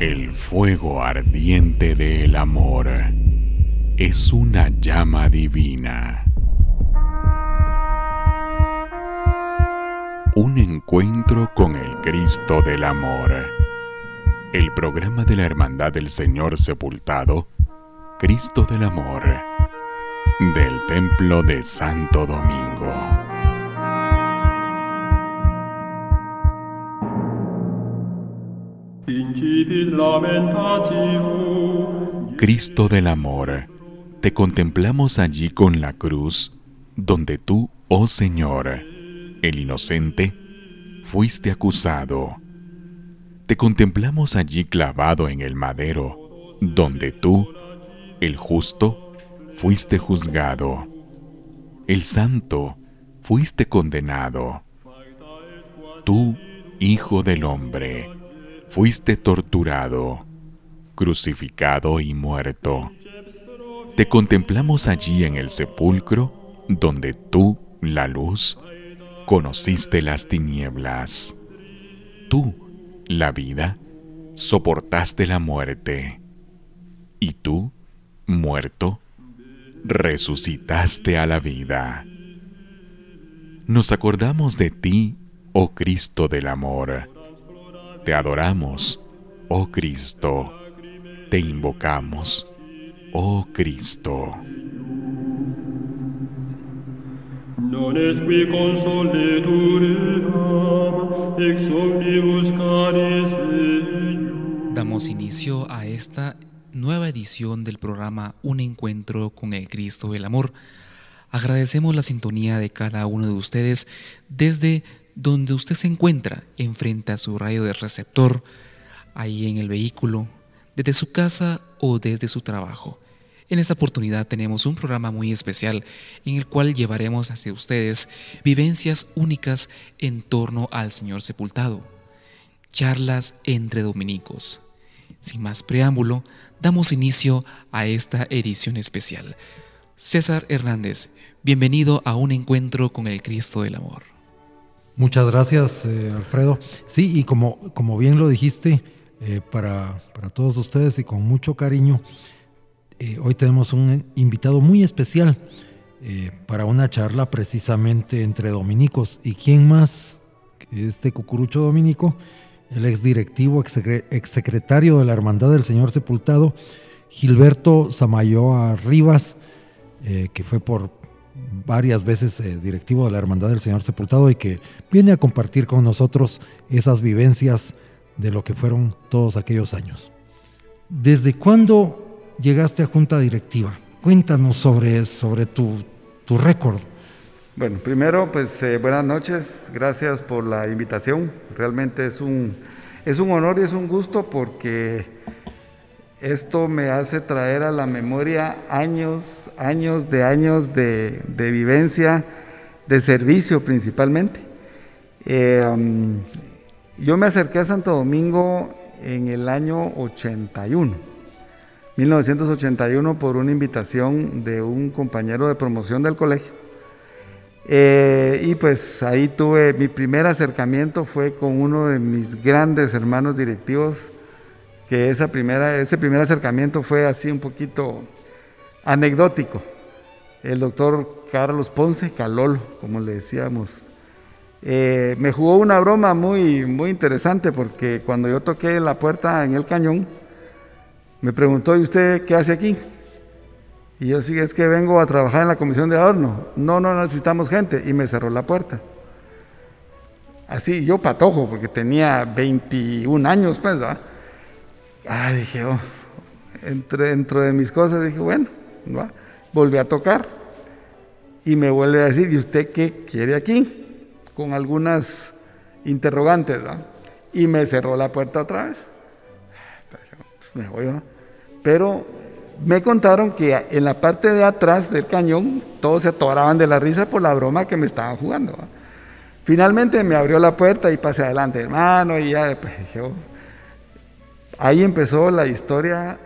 El fuego ardiente del amor es una llama divina. Un encuentro con el Cristo del Amor. El programa de la Hermandad del Señor Sepultado, Cristo del Amor, del Templo de Santo Domingo. Cristo del Amor, te contemplamos allí con la cruz, donde tú, oh Señor, el inocente, fuiste acusado. Te contemplamos allí clavado en el madero, donde tú, el justo, fuiste juzgado. El santo, fuiste condenado. Tú, Hijo del Hombre, fuiste torturado, crucificado y muerto. Te contemplamos allí en el sepulcro, donde tú, la luz, conociste las tinieblas. Tú, la vida, soportaste la muerte. Y tú, muerto, resucitaste a la vida. Nos acordamos de ti, oh Cristo del Amor. Te adoramos, oh Cristo. Te invocamos, oh Cristo. Non est qui consoletur eam, ex omnibus caris eius. Damos inicio a esta nueva edición del programa Un Encuentro con el Cristo del Amor. Agradecemos la sintonía de cada uno de ustedes desde donde usted se encuentra, enfrente a su radio de receptor, ahí en el vehículo, desde su casa o desde su trabajo. En esta oportunidad tenemos un programa muy especial en el cual llevaremos hacia ustedes vivencias únicas en torno al Señor sepultado, charlas entre dominicos. Sin más preámbulo, damos inicio a esta edición especial. César Hernández, bienvenido a Un Encuentro con el Cristo del Amor. Muchas gracias, Alfredo. Sí, y como bien lo dijiste, para todos ustedes y con mucho cariño, hoy tenemos un invitado muy especial para una charla precisamente entre dominicos. ¿Y quién más que este cucurucho dominico? El exdirectivo, exsecretario de la Hermandad del Señor Sepultado, Gilberto Samayoa Rivas, que fue por varias veces directivo de la Hermandad del Señor Sepultado y que viene a compartir con nosotros esas vivencias de lo que fueron todos aquellos años. ¿Desde cuándo llegaste a Junta Directiva? Cuéntanos sobre tu récord. Bueno, primero, pues buenas noches, gracias por la invitación. Realmente es un honor y es un gusto porque esto me hace traer a la memoria años de vivencia, de servicio principalmente. Yo me acerqué a Santo Domingo en el año 1981, por una invitación de un compañero de promoción del colegio. Y pues ahí tuve mi primer acercamiento, fue con uno de mis grandes hermanos directivos, que ese primer acercamiento fue así un poquito anecdótico. El doctor Carlos Ponce, Calolo, como le decíamos, me jugó una broma muy interesante, porque cuando yo toqué la puerta en el cañón, me preguntó: ¿y usted qué hace aquí? Y yo: sí, es que vengo a trabajar en la comisión de adorno. No necesitamos gente. Y me cerró la puerta. Así, yo patojo, porque tenía 21 años, pues, ¿verdad? Dije, dentro de mis cosas, dije, bueno, ¿va? Volví a tocar y me vuelve a decir: ¿y usted qué quiere aquí? Con algunas interrogantes, ¿va? Y me cerró la puerta otra vez. Pues me voy, ¿va? Pero me contaron que en la parte de atrás del cañón todos se atoraban de la risa por la broma que me estaban jugando, ¿va? Finalmente me abrió la puerta y pasé adelante, hermano, y ya después dije, ahí empezó la historia,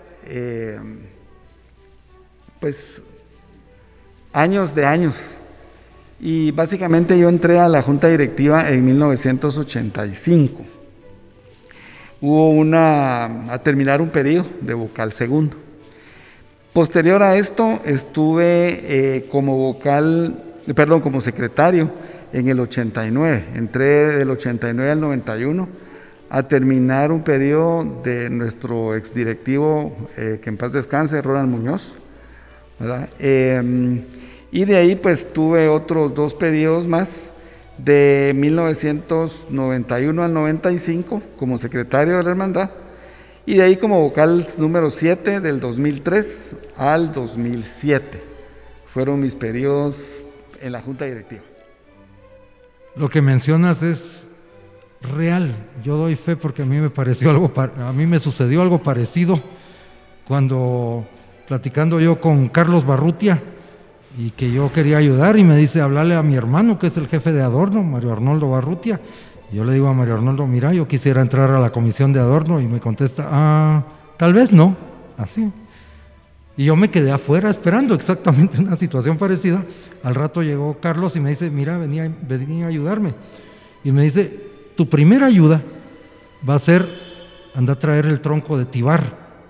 pues años de años. Y básicamente yo entré a la Junta Directiva en 1985. hubo a terminar un periodo de vocal segundo. Posterior a esto estuve como secretario en el 89, entré del 89 al 91 a terminar un periodo de nuestro exdirectivo, que en paz descanse, Ronald Muñoz, ¿verdad? Y de ahí pues tuve otros 2 periodos más, de 1991 al 95 como secretario de la hermandad, y de ahí como vocal número 7 del 2003 al 2007. Fueron mis periodos en la junta directiva. Lo que mencionas es real. Yo doy fe porque a mí me sucedió algo parecido cuando platicando yo con Carlos Barrutia y que yo quería ayudar y me dice hablarle a mi hermano que es el jefe de Adorno, Mario Arnoldo Barrutia. Y yo le digo a Mario Arnoldo, mira, yo quisiera entrar a la comisión de Adorno, y me contesta, tal vez no, así. Y yo me quedé afuera esperando exactamente una situación parecida. Al rato llegó Carlos y me dice, mira, venía a ayudarme. Y me dice, tu primera ayuda va a ser, anda a traer el tronco de tibar.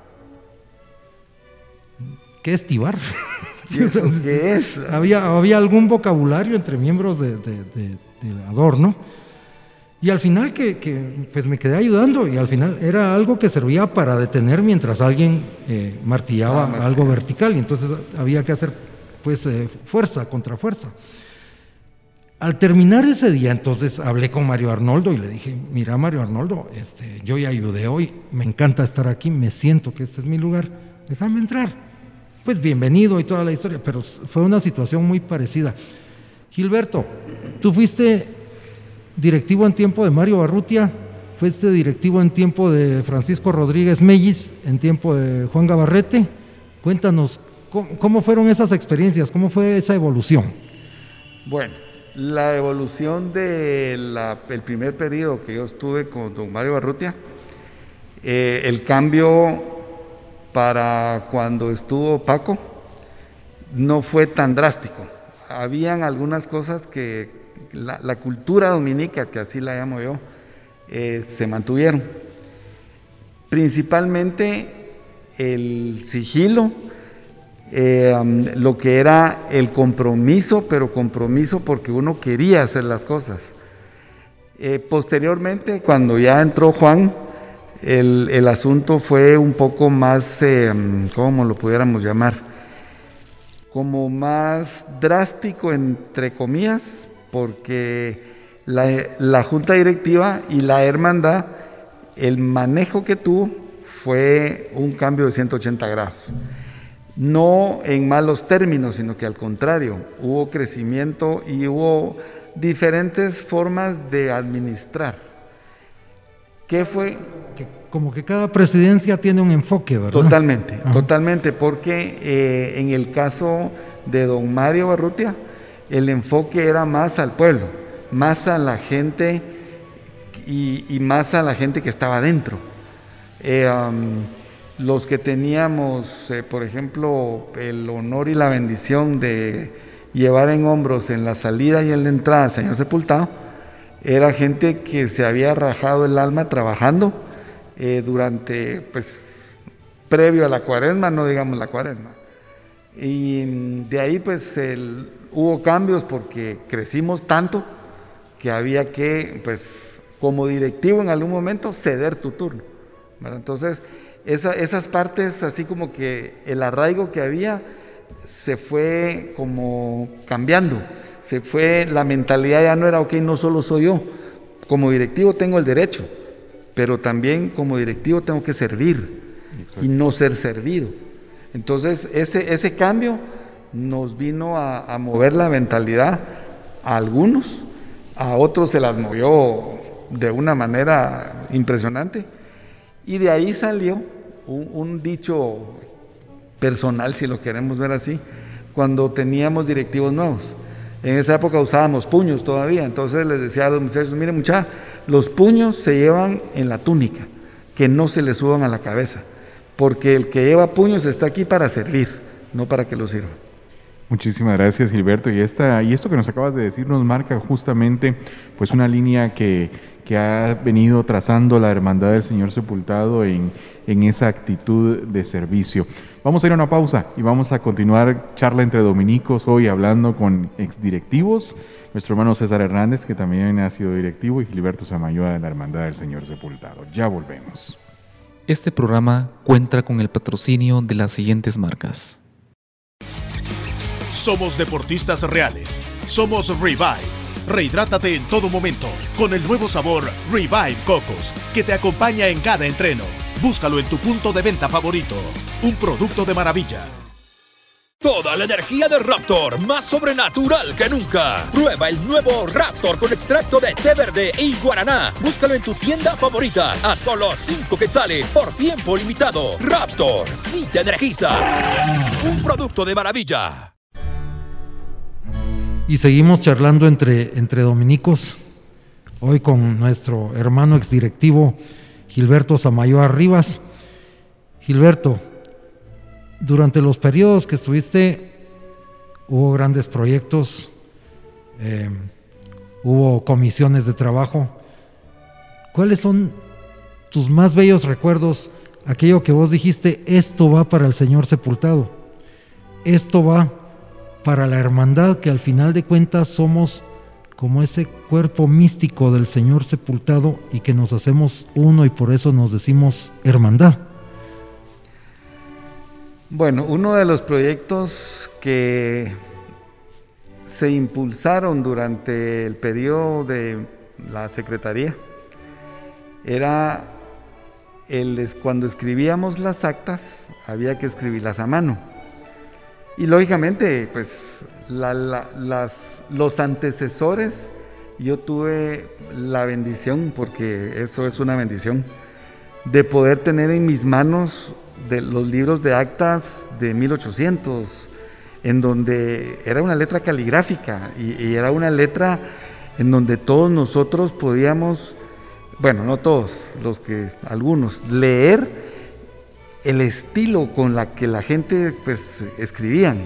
¿Qué es tibar? ¿Qué es? Había algún vocabulario entre miembros de Adorno. Y al final pues me quedé ayudando, y al final era algo que servía para detener mientras alguien martillaba algo vertical, y entonces había que hacer pues fuerza contra fuerza. Al terminar ese día, entonces hablé con Mario Arnoldo y le dije, mira Mario Arnoldo, yo ya ayudé hoy, me encanta estar aquí, me siento que este es mi lugar, déjame entrar. Pues bienvenido y toda la historia, pero fue una situación muy parecida. Gilberto, tú fuiste directivo en tiempo de Mario Barrutia, fuiste directivo en tiempo de Francisco Rodríguez Mellis, en tiempo de Juan Gabarrete. Cuéntanos, ¿cómo fueron esas experiencias? ¿Cómo fue esa evolución? Bueno, la evolución del primer periodo que yo estuve con don Mario Barrutia, el cambio para cuando estuvo Paco no fue tan drástico. Habían algunas cosas que la cultura dominica, que así la llamo yo, se mantuvieron. Principalmente el sigilo, lo que era el compromiso, pero compromiso porque uno quería hacer las cosas. Posteriormente, cuando ya entró Juan, el asunto fue un poco más, ¿cómo lo pudiéramos llamar? Como más drástico, entre comillas, porque la junta directiva y la hermandad, el manejo que tuvo fue un cambio de 180 grados. No en malos términos, sino que al contrario, hubo crecimiento y hubo diferentes formas de administrar. ¿Qué fue? Como que cada presidencia tiene un enfoque, ¿verdad? Totalmente, totalmente, porque en el caso de don Mario Barrutia, el enfoque era más al pueblo, más a la gente y más a la gente que estaba adentro. Los que teníamos, por ejemplo, el honor y la bendición de llevar en hombros en la salida y en la entrada al Señor sepultado, era gente que se había rajado el alma trabajando durante, pues, previo a la cuaresma, no digamos la cuaresma. Y de ahí, pues, hubo cambios porque crecimos tanto que había que, pues, como directivo en algún momento, ceder tu turno, ¿verdad? Entonces, esas partes, así como que el arraigo que había, se fue como cambiando, la mentalidad ya no era, ok, no solo soy yo, como directivo tengo el derecho, pero también como directivo tengo que servir. Exacto. Y no ser servido. Entonces, ese cambio nos vino a mover la mentalidad a algunos, a otros se las movió de una manera impresionante, y de ahí salió un dicho personal, si lo queremos ver así, cuando teníamos directivos nuevos. En esa época usábamos puños todavía, entonces les decía a los muchachos, miren muchachos, los puños se llevan en la túnica, que no se les suban a la cabeza, porque el que lleva puños está aquí para servir, no para que lo sirvan. Muchísimas gracias, Gilberto. Y esto que nos acabas de decir nos marca justamente pues una línea que ha venido trazando la Hermandad del Señor Sepultado en esa actitud de servicio. Vamos a ir a una pausa y vamos a continuar charla entre dominicos hoy hablando con exdirectivos, nuestro hermano César Hernández, que también ha sido directivo, y Gilberto Samayoa de la Hermandad del Señor Sepultado. Ya volvemos. Este programa cuenta con el patrocinio de las siguientes marcas. Somos deportistas reales. Somos Revive. Rehidrátate en todo momento con el nuevo sabor Revive Cocos, que te acompaña en cada entreno. Búscalo en tu punto de venta favorito. Un producto de Maravilla. Toda la energía de Raptor, más sobrenatural que nunca. Prueba el nuevo Raptor con extracto de té verde y guaraná. Búscalo en tu tienda favorita a solo 5 quetzales por tiempo limitado. Raptor, sí te energiza. Un producto de Maravilla. Y seguimos charlando entre dominicos, hoy con nuestro hermano exdirectivo Gilberto Samayoa Rivas. Gilberto, durante los periodos que estuviste hubo grandes proyectos, hubo comisiones de trabajo. ¿Cuáles son tus más bellos recuerdos? Aquello que vos dijiste, esto va para el Señor sepultado, esto va para la hermandad, que al final de cuentas somos como ese cuerpo místico del Señor sepultado y que nos hacemos uno y por eso nos decimos hermandad. Bueno, uno de los proyectos que se impulsaron durante el periodo de la Secretaría era cuando escribíamos las actas, había que escribirlas a mano. Y lógicamente, pues los antecesores, yo tuve la bendición, porque eso es una bendición, de poder tener en mis manos de los libros de actas de 1800, en donde era una letra caligráfica y era una letra en donde todos nosotros podíamos, bueno, no todos, algunos, leer el estilo con la que la gente pues escribían.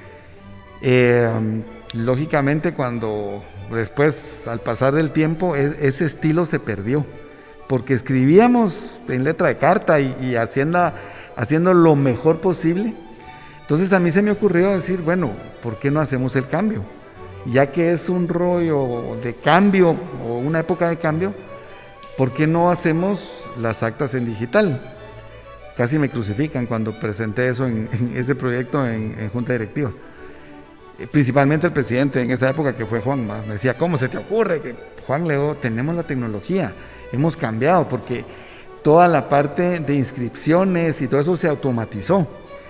Lógicamente cuando después, al pasar del tiempo, ese estilo se perdió, porque escribíamos en letra de carta y haciendo lo mejor posible. Entonces a mí se me ocurrió decir, bueno, ¿por qué no hacemos el cambio? Ya que es un rollo de cambio o una época de cambio, ¿por qué no hacemos las actas en digital? Casi me crucifican cuando presenté eso en ese proyecto en Junta Directiva. Principalmente el presidente en esa época, que fue Juan, me decía, ¿cómo se te ocurre? Que Juan, Leo, tenemos la tecnología, hemos cambiado, porque toda la parte de inscripciones y todo eso se automatizó.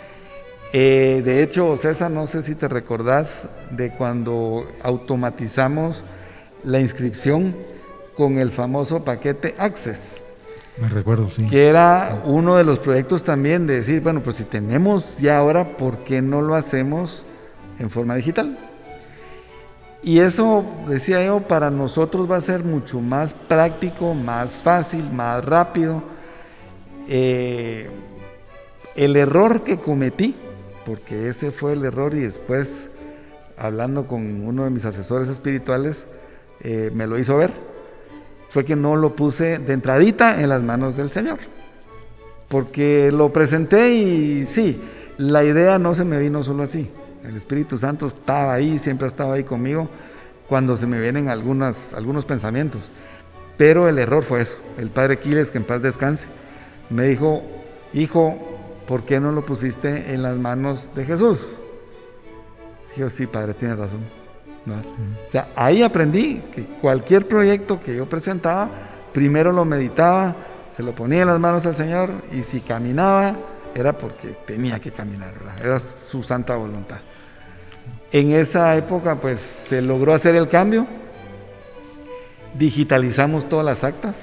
De hecho, César, no sé si te recordás de cuando automatizamos la inscripción con el famoso paquete Access. Me recuerdo, sí. Que era uno de los proyectos también de decir, bueno, pues si tenemos ya ahora, ¿por qué no lo hacemos en forma digital? Y eso, decía yo, para nosotros va a ser mucho más práctico, más fácil, más rápido. El error que cometí, porque ese fue el error, y después, hablando con uno de mis asesores espirituales, me lo hizo ver, fue que no lo puse de entradita en las manos del Señor, porque lo presenté y sí, la idea no se me vino solo así. El Espíritu Santo estaba ahí, siempre ha estado ahí conmigo cuando se me vienen algunos pensamientos, pero el error fue eso. El padre Quiles, que en paz descanse, me dijo, hijo, ¿por qué no lo pusiste en las manos de Jesús? Y yo, sí, padre, tiene razón, ¿no? O sea, ahí aprendí que cualquier proyecto que yo presentaba, primero lo meditaba, se lo ponía en las manos al Señor, y si caminaba era porque tenía que caminar, ¿verdad? Era su santa voluntad. En esa época pues se logró hacer el cambio, digitalizamos todas las actas,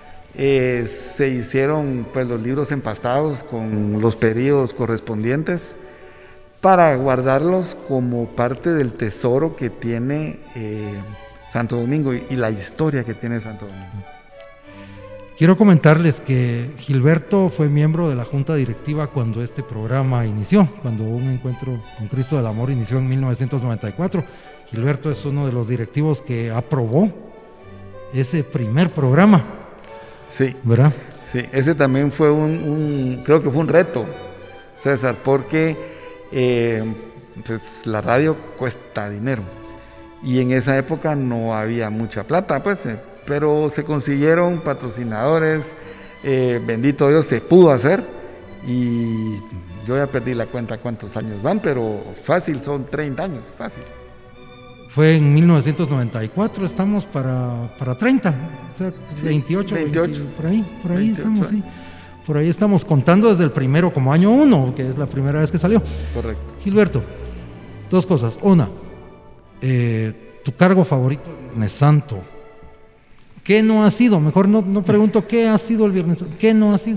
se hicieron pues los libros empastados con los periodos correspondientes para guardarlos como parte del tesoro que tiene Santo Domingo y la historia que tiene Santo Domingo. Quiero comentarles que Gilberto fue miembro de la Junta Directiva cuando este programa inició, cuando Un Encuentro con Cristo del Amor inició en 1994. Gilberto es uno de los directivos que aprobó ese primer programa. Sí, ¿verdad? Sí, ese también fue creo que fue un reto, César, porque pues, la radio cuesta dinero y en esa época no había mucha plata, pues, pero se consiguieron patrocinadores, bendito Dios, se pudo hacer y yo ya perdí la cuenta cuántos años van, pero fácil, son 30 años, fácil. Fue en 1994, estamos para 30, o sea, sí, 28, 20, por ahí 28, estamos, sí. Por ahí estamos contando desde el primero como año 1, que es la primera vez que salió. Correcto. Gilberto, dos cosas. Una, tu cargo favorito el Viernes Santo. ¿Qué no ha sido? Mejor no pregunto qué ha sido el Viernes Santo. ¿Qué no ha sido?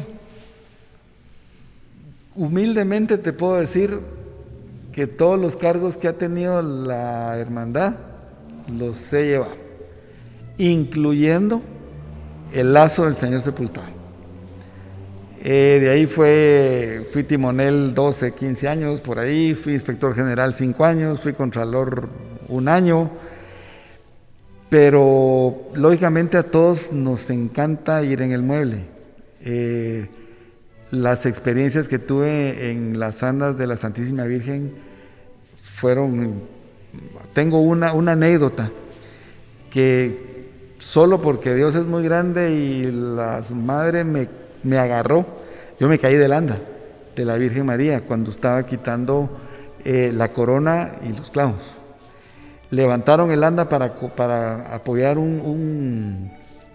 Humildemente te puedo decir que todos los cargos que ha tenido la hermandad los he llevado, incluyendo el lazo del Señor sepultado. De ahí fui timonel 12, 15 años, por ahí, fui inspector general 5 años, fui contralor 1 año, pero lógicamente a todos nos encanta ir en el mueble. Las experiencias que tuve en las andas de la Santísima Virgen tengo una anécdota que solo porque Dios es muy grande y la madre me agarró, yo me caí del anda de la Virgen María cuando estaba quitando la corona y los clavos. Levantaron el anda para apoyar un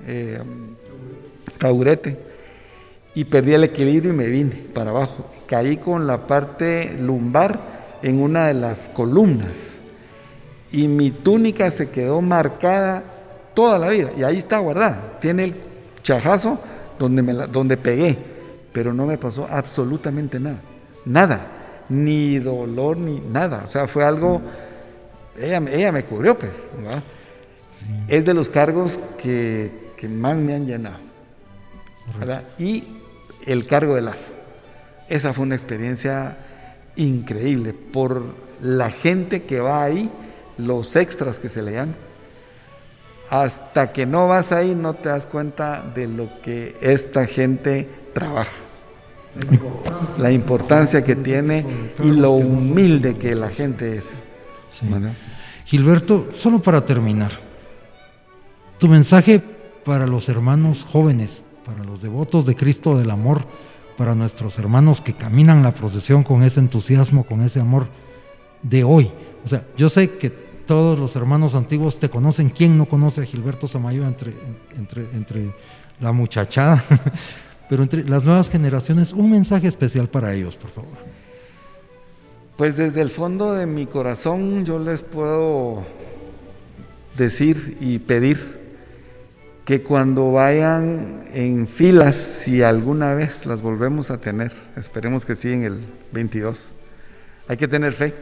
taburete y perdí el equilibrio y me vine para abajo. Caí con la parte lumbar en una de las columnas y mi túnica se quedó marcada toda la vida y ahí está guardada. Tiene el chajazo donde pegué, pero no me pasó absolutamente nada, ni dolor ni nada. O sea, fue algo. Ella me cubrió, pues, ¿verdad? Sí. Es de los cargos que más me han llenado, ¿verdad? Y el cargo de lazo. Esa fue una experiencia increíble por la gente que va ahí, los extras que se le dan. Hasta que no vas ahí no te das cuenta de lo que esta gente trabaja, la importancia que tiene y lo humilde que la gente es. Sí. Gilberto, solo para terminar, tu mensaje para los hermanos jóvenes, para los devotos de Cristo del Amor, para nuestros hermanos que caminan la procesión con ese entusiasmo, con ese amor de hoy. O sea, yo sé que todos los hermanos antiguos te conocen. ¿Quién no conoce a Gilberto Samayoa entre la muchachada? Pero entre las nuevas generaciones, un mensaje especial para ellos, por favor. Pues desde el fondo de mi corazón yo les puedo decir y pedir que cuando vayan en filas, si alguna vez las volvemos a tener, esperemos que sí en el 22, hay que tener fe,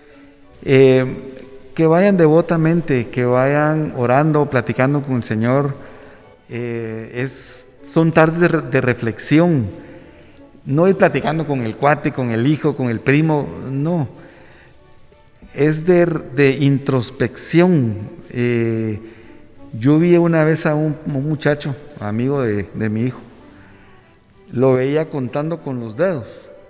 que vayan devotamente, que vayan orando, platicando con el Señor. Son tardes de reflexión, no ir platicando con el cuate, con el hijo, con el primo, no, es de introspección. Yo vi una vez a un muchacho, amigo de mi hijo, lo veía contando con los dedos.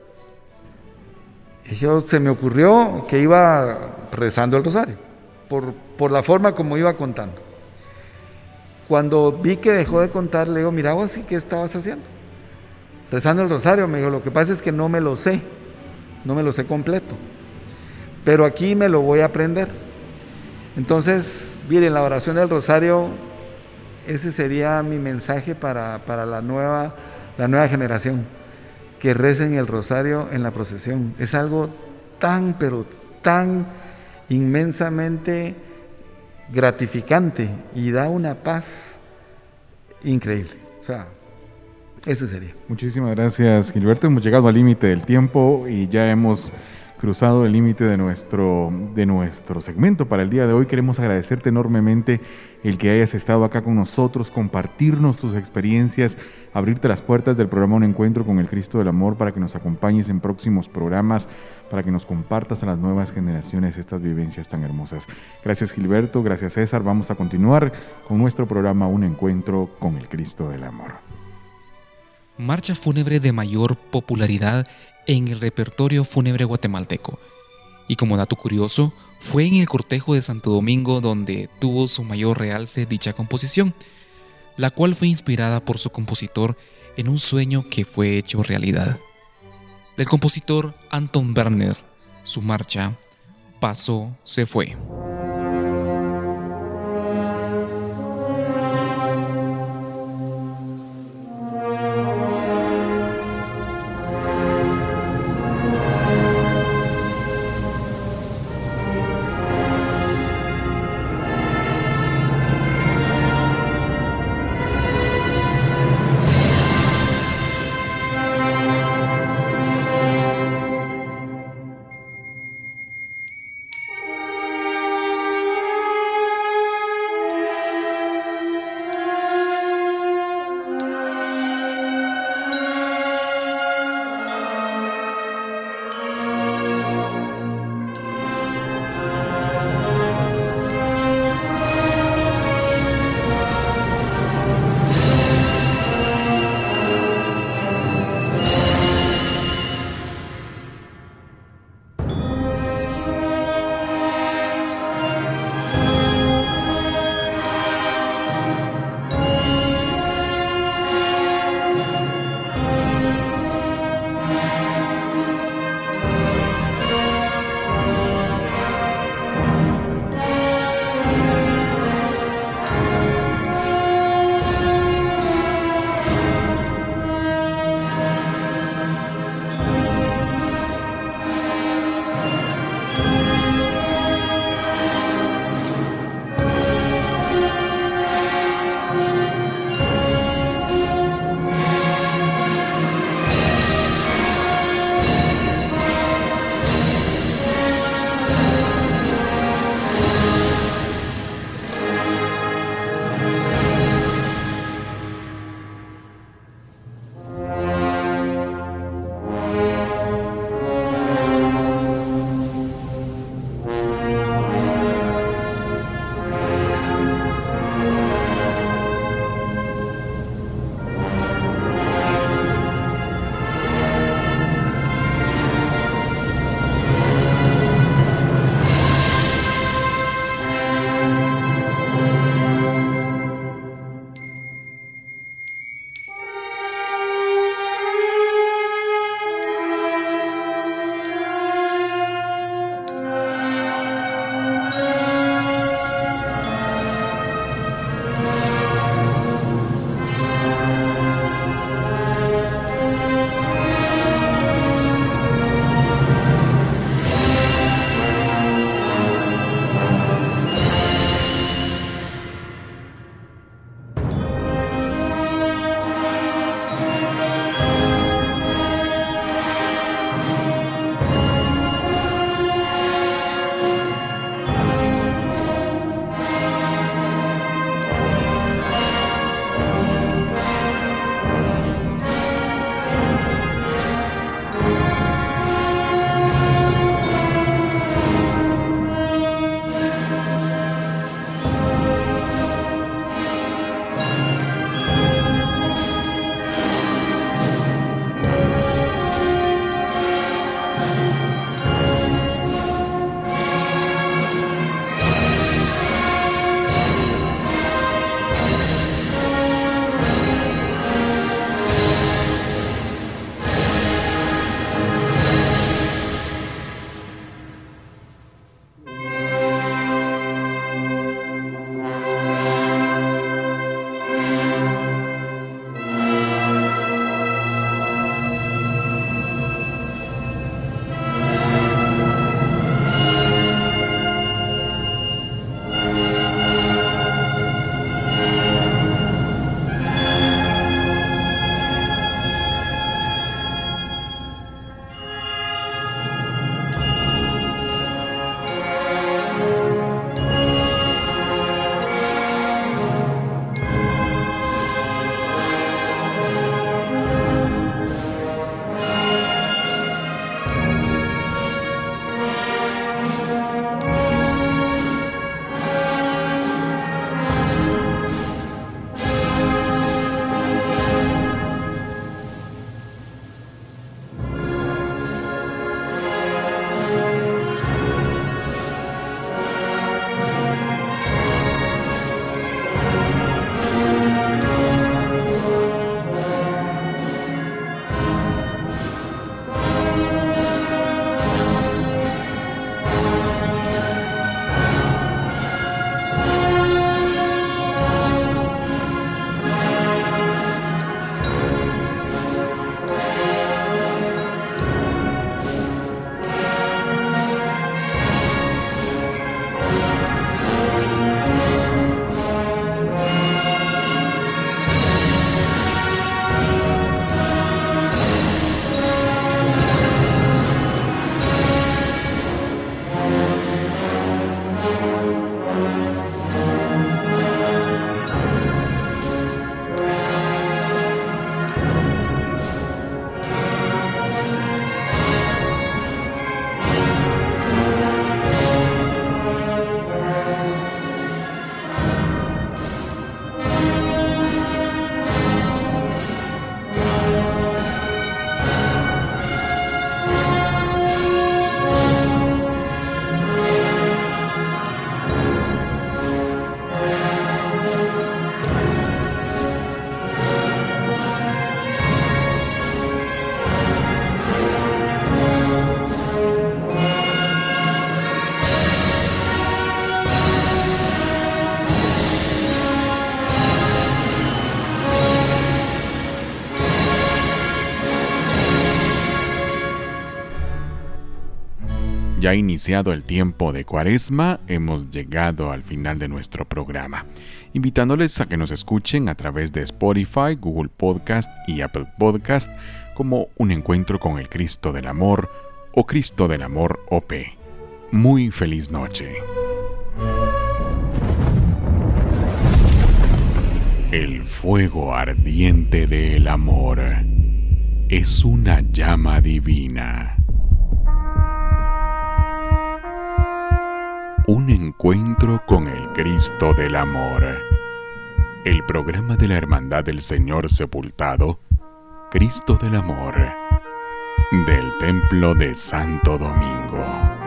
Y se me ocurrió que iba rezando el rosario, por la forma como iba contando. Cuando vi que dejó de contar, le digo, mira vos, ¿qué estabas haciendo? Rezando el rosario. Me dijo, lo que pasa es que no me lo sé completo, pero aquí me lo voy a aprender. Entonces, miren, la oración del rosario, ese sería mi mensaje para la nueva generación, que recen el rosario en la procesión. Es algo pero tan inmensamente gratificante y da una paz increíble. O sea, ese sería. Muchísimas gracias, Gilberto. Hemos llegado al límite del tiempo y ya hemos cruzado el límite de nuestro segmento para el día de hoy. Queremos agradecerte enormemente el que hayas estado acá con nosotros, compartirnos tus experiencias, abrirte las puertas del programa Un Encuentro con el Cristo del Amor para que nos acompañes en próximos programas, para que nos compartas a las nuevas generaciones estas vivencias tan hermosas. Gracias, Gilberto, gracias, César. Vamos a continuar con nuestro programa Un Encuentro con el Cristo del Amor. Marcha fúnebre de mayor popularidad en el repertorio fúnebre guatemalteco. Y como dato curioso, fue en el cortejo de Santo Domingo donde tuvo su mayor realce dicha composición, la cual fue inspirada por su compositor en un sueño que fue hecho realidad. Del compositor Anton Werner, su marcha Pasó, se fue. Ya iniciado el tiempo de Cuaresma, hemos llegado al final de nuestro programa, invitándoles a que nos escuchen a través de Spotify, Google Podcast y Apple Podcast como Un Encuentro con el Cristo del Amor o Cristo del Amor OP. Muy feliz noche. El fuego ardiente del amor es una llama divina. Un encuentro con el Cristo del Amor. El programa de la Hermandad del Señor Sepultado, Cristo del Amor, del Templo de Santo Domingo.